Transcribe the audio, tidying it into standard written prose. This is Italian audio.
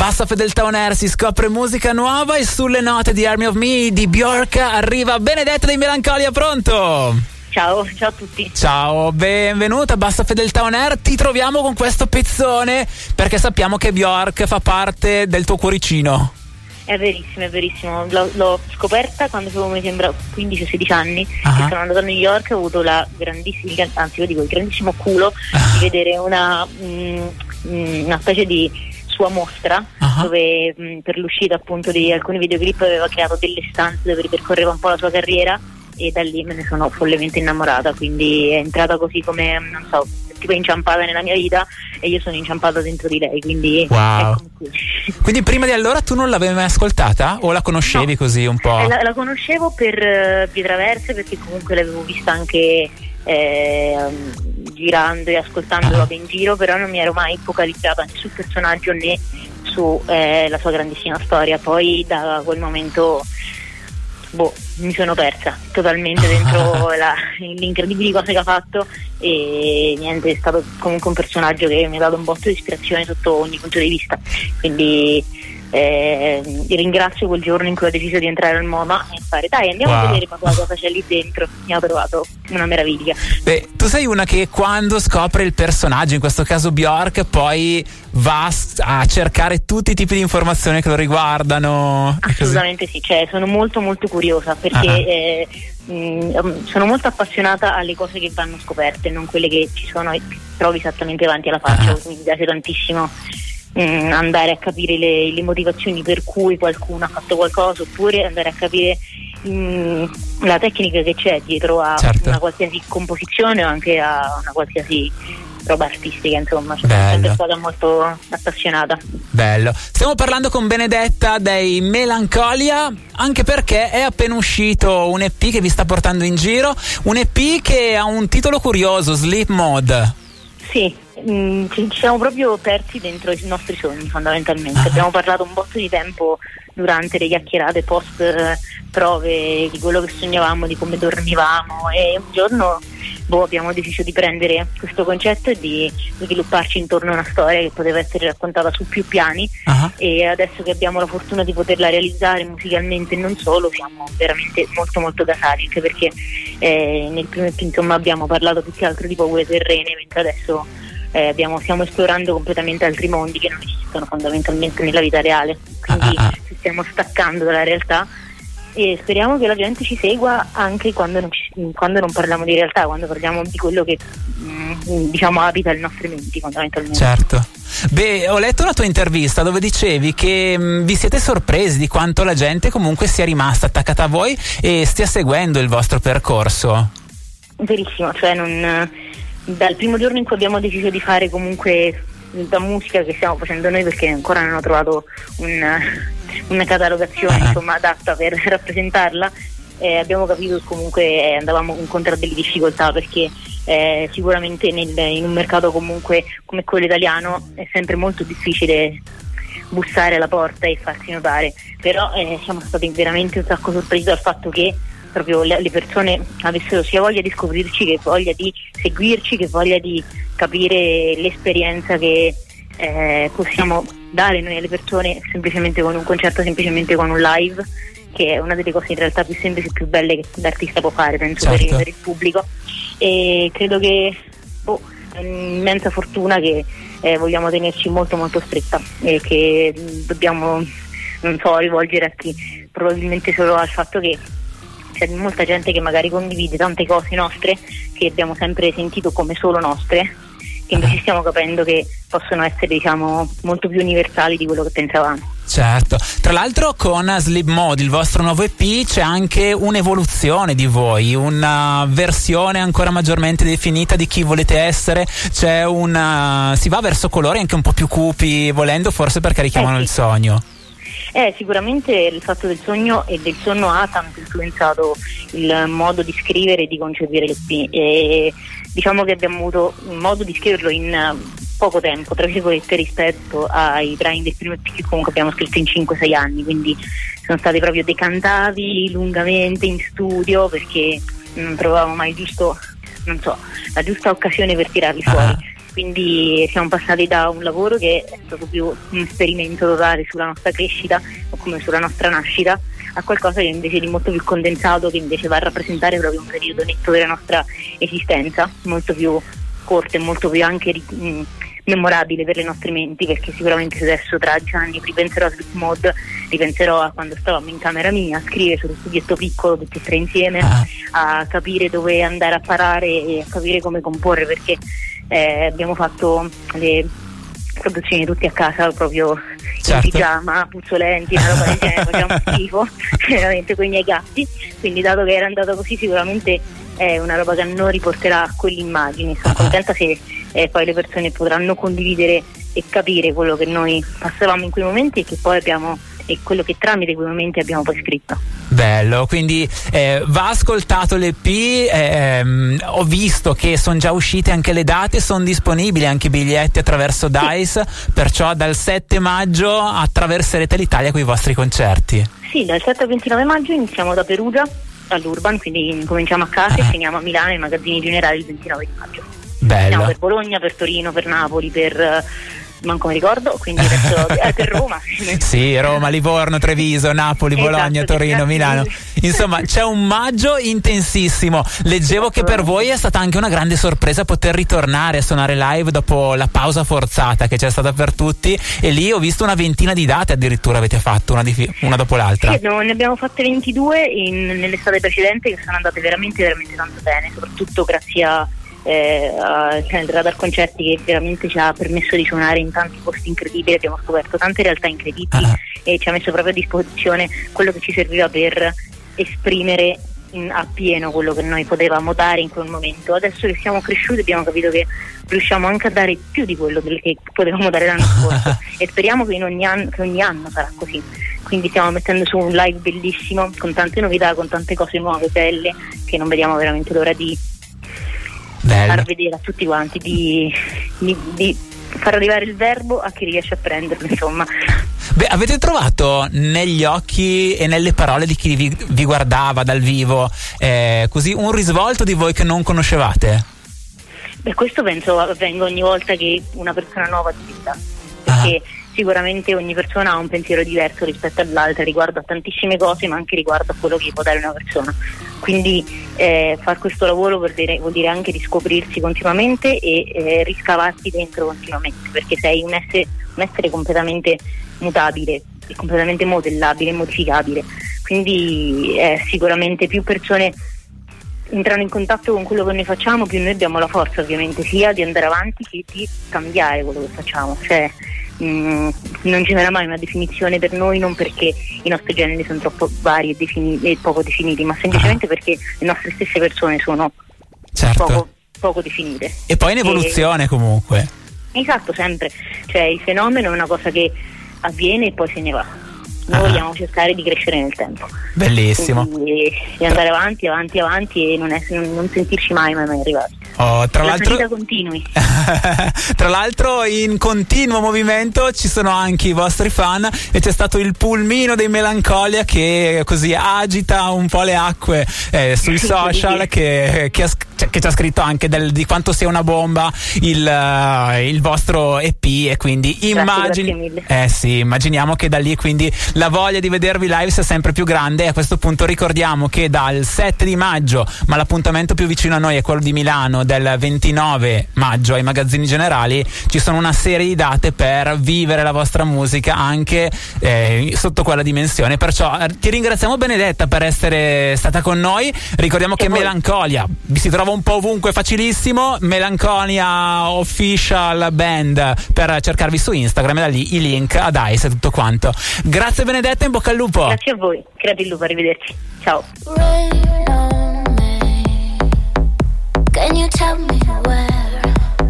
Bassa Fedeltà On Air, si scopre musica nuova e sulle note di Army of Me di Bjork arriva Benedetta di Melancolia. Pronto? Ciao a tutti. Ciao, benvenuta a Bassa Fedeltà On Air. Ti troviamo con questo pezzone perché sappiamo che Bjork fa parte del tuo cuoricino. È verissimo. L'ho scoperta quando avevo, mi sembra, 15 o 16 anni. E sono andata a New York e ho avuto il grandissimo culo di vedere una specie di sua mostra dove per l'uscita appunto di alcuni videoclip aveva creato delle stanze dove ripercorreva un po' la sua carriera, e da lì me ne sono follemente innamorata, quindi è entrata così come, non so, tipo inciampata nella mia vita, e io sono inciampata dentro di lei, quindi wow. eccomi qui. Quindi prima di allora tu non l'avevi mai ascoltata o la conoscevi? No, così un po'? La conoscevo per vie traverse, perché comunque l'avevo vista anche girando e ascoltando roba in giro, però non mi ero mai focalizzata né sul personaggio né su la sua grandissima storia. Poi da quel momento mi sono persa totalmente dentro le incredibili cose che ha fatto, e niente, è stato comunque un personaggio che mi ha dato un botto di ispirazione sotto ogni punto di vista, quindi ringrazio quel giorno in cui ho deciso di entrare al MoMA e fare andiamo a vedere cosa c'è lì dentro. Mi ha trovato una meraviglia. Beh, tu sei una che quando scopre il personaggio, in questo caso Bjork, poi va a cercare tutti i tipi di informazioni che lo riguardano. Assolutamente sì, cioè sono molto molto curiosa perché sono molto appassionata alle cose che vanno scoperte, non quelle che ci sono e trovi esattamente davanti alla faccia. Mi piace tantissimo andare a capire le motivazioni per cui qualcuno ha fatto qualcosa, oppure andare a capire la tecnica che c'è dietro a una qualsiasi composizione o anche a una qualsiasi roba artistica, insomma. Sono sempre stata molto appassionata. Bello. Stiamo parlando con Benedetta dei Melancolia, anche perché è appena uscito un EP che vi sta portando in giro, un EP che ha un titolo curioso, Sleep Mode. Sì, ci siamo proprio persi dentro i nostri sogni, fondamentalmente. Abbiamo parlato un botto di tempo durante le chiacchierate post prove di quello che sognavamo, di come dormivamo, e un giorno abbiamo deciso di prendere questo concetto e di svilupparci intorno a una storia che poteva essere raccontata su più piani, e adesso che abbiamo la fortuna di poterla realizzare musicalmente e non solo, siamo veramente molto molto gasati, anche perché nel primo EP insomma abbiamo parlato più che altro di paure terrene, mentre adesso stiamo esplorando completamente altri mondi che non esistono fondamentalmente nella vita reale, quindi ci stiamo staccando dalla realtà, e speriamo che la gente ci segua anche quando non parliamo di realtà, quando parliamo di quello che diciamo abita le nostre menti fondamentalmente. Certo. Beh, ho letto una tua intervista dove dicevi che vi siete sorpresi di quanto la gente comunque sia rimasta attaccata a voi e stia seguendo il vostro percorso. Verissimo, cioè dal primo giorno in cui abbiamo deciso di fare comunque la musica che stiamo facendo noi, perché ancora non ho trovato una catalogazione insomma adatta per rappresentarla, abbiamo capito che comunque andavamo incontro a delle difficoltà, perché sicuramente in un mercato comunque come quello italiano è sempre molto difficile bussare alla porta e farsi notare, però siamo stati veramente un sacco sorpresi dal fatto che proprio le persone avessero sia voglia di scoprirci, che voglia di seguirci, che voglia di capire l'esperienza che possiamo dare noi alle persone semplicemente con un concerto, semplicemente con un live, che è una delle cose in realtà più semplici e più belle che l'artista può fare, penso, per il pubblico. E credo che è un'immensa fortuna che vogliamo tenerci molto molto stretta, e che dobbiamo, non so, rivolgere a chi, probabilmente solo al fatto che c'è molta gente che magari condivide tante cose nostre che abbiamo sempre sentito come solo nostre, che invece stiamo capendo che possono essere, diciamo, molto più universali di quello che pensavamo. Certo, tra l'altro con Sleep Mode, il vostro nuovo EP, c'è anche un'evoluzione di voi, una versione ancora maggiormente definita di chi volete essere, si va verso colori anche un po' più cupi, volendo, forse perché richiamano il sogno. Sicuramente il fatto del sogno e del sonno ha tanto influenzato il modo di scrivere e di concepire l'EP, e diciamo che abbiamo avuto un modo di scriverlo in poco tempo, tra virgolette, rispetto ai brani del primo EP che comunque abbiamo scritto in 5-6 anni, quindi sono stati proprio decantati lungamente in studio, perché non trovavamo mai la giusta occasione per tirarli fuori. quindi siamo passati da un lavoro che è stato più un esperimento totale sulla nostra crescita o come sulla nostra nascita a qualcosa che invece di molto più condensato, che invece va a rappresentare proprio un periodo netto della nostra esistenza, molto più corto e molto più anche memorabile per le nostre menti, perché sicuramente se adesso tra anni ripenserò a Sleep Mode, ripenserò a quando stavamo in camera mia a scrivere sullo studietto piccolo tutti e tre insieme, a capire dove andare a parare e a capire come comporre, perché abbiamo fatto le produzioni tutti a casa proprio in pigiama, puzzolenti, una roba del genere, facciamo schifo veramente con i miei gatti, quindi dato che era andato così sicuramente è una roba che non riporterà quell'immagine. Sono contenta se poi le persone potranno condividere e capire quello che noi passavamo in quei momenti e che poi abbiamo, e quello che tramite quei momenti abbiamo poi scritto. Bello, quindi va ascoltato l'EP, ho visto che sono già uscite anche le date, sono disponibili anche i biglietti attraverso Dice, perciò dal 7 maggio attraverserete l'Italia con i vostri concerti. Sì, dal 7 al 29 maggio iniziamo da Perugia all'Urban, quindi cominciamo a casa e finiamo a Milano ai Magazzini Generali il 29 di maggio. Bello. Andiamo per Bologna, per Torino, per Napoli, per manco mi ricordo, quindi adesso per Roma. Sì, Roma, Livorno, Treviso, Napoli, Bologna, Torino, Milano. Insomma, c'è un maggio intensissimo. Leggevo che per voi è stata anche una grande sorpresa poter ritornare a suonare live dopo la pausa forzata che c'è stata per tutti, e lì ho visto una ventina di date addirittura avete fatto, una dopo l'altra. Sì, ne abbiamo fatte 22 nell'estate precedente, che sono andate veramente veramente tanto bene, soprattutto grazie a Radar Concerti, che veramente ci ha permesso di suonare in tanti posti incredibili. Abbiamo scoperto tante realtà incredibili e ci ha messo proprio a disposizione quello che ci serviva per esprimere a pieno quello che noi potevamo dare in quel momento. Adesso che siamo cresciuti abbiamo capito che riusciamo anche a dare più di quello che potevamo dare l'anno scorso e speriamo che ogni anno sarà così. Quindi stiamo mettendo su un live bellissimo con tante novità, con tante cose nuove, belle, che non vediamo veramente l'ora di far vedere a tutti quanti, di far arrivare il verbo a chi riesce a prenderlo, insomma. Beh, avete trovato negli occhi e nelle parole di chi vi guardava dal vivo così un risvolto di voi che non conoscevate? Beh, questo penso avvenga ogni volta che una persona nuova diventa, perché sicuramente ogni persona ha un pensiero diverso rispetto all'altra riguardo a tantissime cose, ma anche riguardo a quello che può dare una persona. Quindi far questo lavoro vuol dire anche riscoprirsi continuamente e riscavarsi dentro continuamente, perché sei un essere completamente mutabile, completamente modellabile e modificabile. Quindi sicuramente più persone entrano in contatto con quello che noi facciamo, più noi abbiamo la forza ovviamente sia di andare avanti che di cambiare quello che facciamo. Cioè non ci sarà mai una definizione per noi, non perché i nostri generi sono troppo vari e poco definiti, ma semplicemente perché le nostre stesse persone sono poco definite. E poi in evoluzione comunque. Esatto, sempre. Cioè il fenomeno è una cosa che avviene e poi se ne va. Noi vogliamo cercare di crescere nel tempo. Bellissimo. Quindi, di andare avanti e non sentirci mai arrivati. Tra l'altro continui. Tra l'altro in continuo movimento ci sono anche i vostri fan e c'è stato il pulmino dei Melancolia che così agita un po' le acque sui social che ci ha scritto anche di quanto sia una bomba il vostro EP, e quindi immaginiamo che da lì quindi la voglia di vedervi live sia sempre più grande. E a questo punto ricordiamo che dal 7 di maggio, ma l'appuntamento più vicino a noi è quello di Milano del 29 maggio ai Magazzini Generali, ci sono una serie di date per vivere la vostra musica anche sotto quella dimensione. Perciò ti ringraziamo Benedetta per essere stata con noi. Ricordiamo che Melancolia vi si trova un po' ovunque, facilissimo, Melancolia Official Band per cercarvi su Instagram, e da lì i link ad Dice e tutto quanto. Grazie Benedetta, in bocca al lupo. Grazie a voi, crepi il lupo, arrivederci, ciao. Can you tell me where